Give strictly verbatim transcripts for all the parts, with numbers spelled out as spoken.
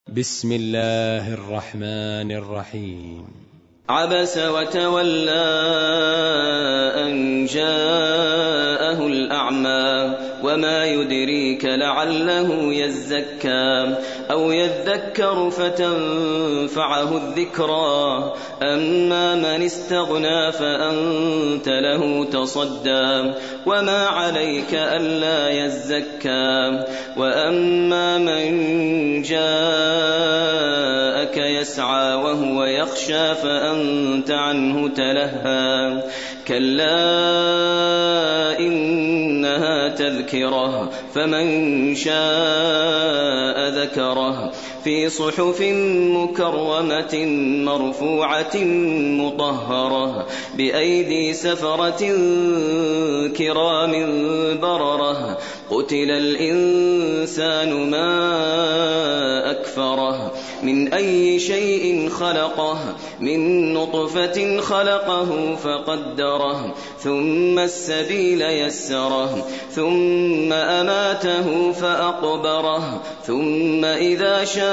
بسم الله الرحمن الرحيم. عبس وتولى أن جاءه الأعمى وما يدريك لعله يزكى أو يذكر فتنفعه الذكرى أما من استغنى فأنت له تصدى وما عليك ألا يزكى وأما من جاءك يسعى وهو يخشى فأنت عنه تلهى كلا إنها تذكرة فمن شاء ذكره في صحف مكرمة مرفوعة مطهرة بأيدي سفرة كرام بررة قتل الإنسان ما أكفره من أي شيء خلقه من نطفة خلقه فقدره ثم السبيل يسره ثم أماته فأقبره ثم إذا شاء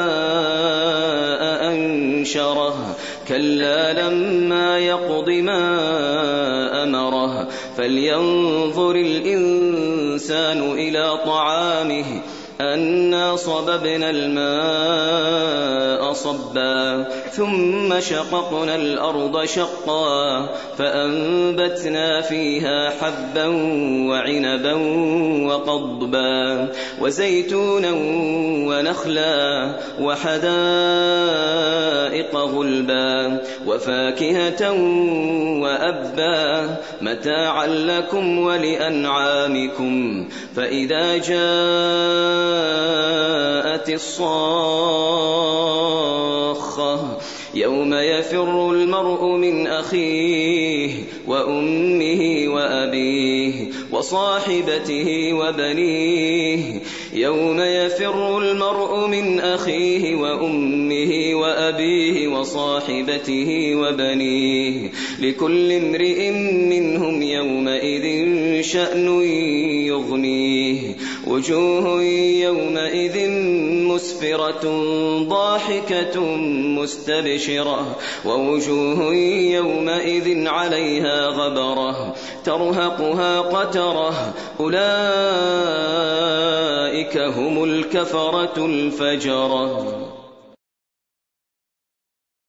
أنشره كلا لما يقض ما أمره فلينظر الإنسان إلى طعامه أنا صببنا الماء صبا ثم شققنا الأرض شقا فأنبتنا فيها حبا وعنبا وقضبا وزيتونا ونخلا وحدائق غلبا وفاكهة وأبا متاعا لكم ولأنعامكم فإذا جاءت الصاخة يوم يفر المرء من أخيه وأمه وأبيه وصاحبته وبنيه يوم يفر المرء من أخيه وأمه وأبيه وصاحبته وبنيه لكل امرئ منهم يومئذ شأن يغنيه وجوه يومئذ مسفرة ضاحكة مستبشرة ووجوه يومئذ عليها غبرة ترهقها قترة أولئك هم الكفرة الفجرة.